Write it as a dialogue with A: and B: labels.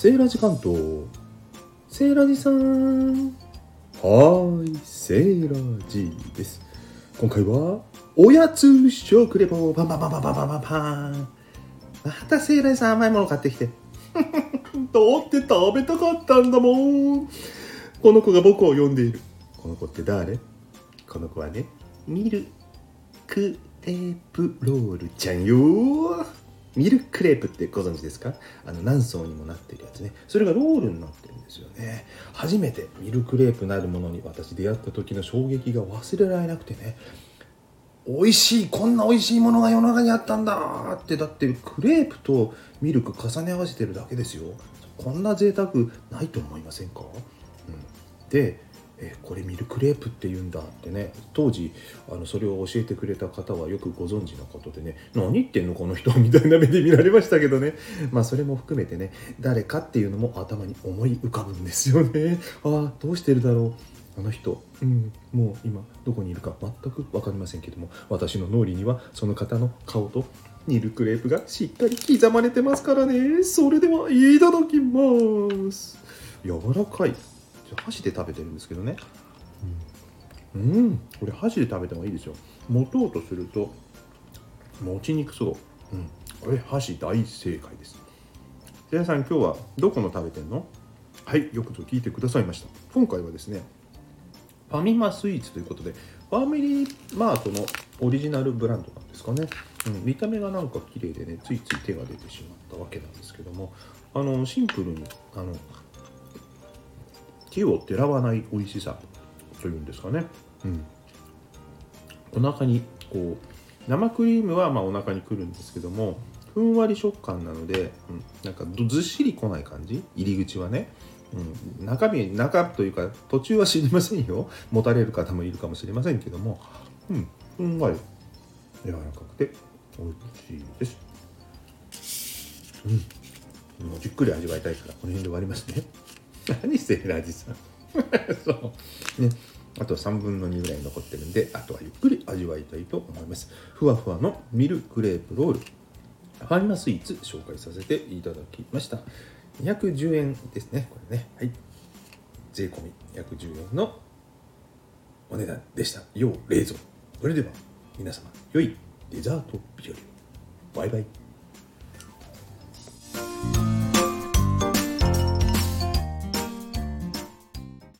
A: セーラジ関東。セーラジさん。はーい、セーラジです。今回はおやつ食レポ。パンパンパンパンパンパンパンパン。またセーラジさん甘いもの買ってきて。だって食べたかったんだもん。この子が僕を呼んでいる。この子って誰？この子はね、ミルクレープロールちゃんよ。ミルクレープってご存知ですか？何層にもなってるやつね。それがロールになってるんですよね。初めてミルクレープなるものに私出会った時の衝撃が忘れられなくてね。美味しい、こんな美味しいものが世の中にあったんだって。だってクレープとミルク重ね合わせてるだけですよ。こんな贅沢ないと思いませんか？で、これミルクレープって言うんだってね、当時それを教えてくれた方はよくご存知のことでね、何言ってんのこの人みたいな目で見られましたけどね。まあそれも含めてね、誰かっていうのも頭に思い浮かぶんですよね。ああ、どうしてるだろうあの人。もう今どこにいるか全く分かりませんけども、私の脳裏にはその方の顔とミルクレープがしっかり刻まれてますからね。それではいただきます。柔らかい。箸で食べてるんですけどね。これ箸で食べてもいいですよ。持とうとすると持ちにくそう。これ箸大正解です。皆さん今日はどこの食べてんの？はい、よくぞ聞いてくださいました。今回はですね、ファミマスイーツということで、ファミリーマートのオリジナルブランドなんですかね。見た目がなんか綺麗でね、ついつい手が出てしまったわけなんですけども、シンプルに手をてらわない美味しさというんですかね。お腹にこう生クリームはお腹にくるんですけども、ふんわり食感なので、なんかずっしりこない感じ。入り口はね、中というか途中は知りませんよ。持たれる方もいるかもしれませんけども、ふんわり柔らかくて美味しいです。もうじっくり味わいたいからこの辺で終わりますね。何セーラージさんそうね、あと3分の2ぐらい残ってるんで、あとはゆっくり味わいたいと思います。ふわふわのミルクレープロール、ファミマスイーツ紹介させていただきました。210円ですね、これね。はい、税込み110円のお値段でした。要冷蔵。それでは皆様良いデザート日和を。バイバイ。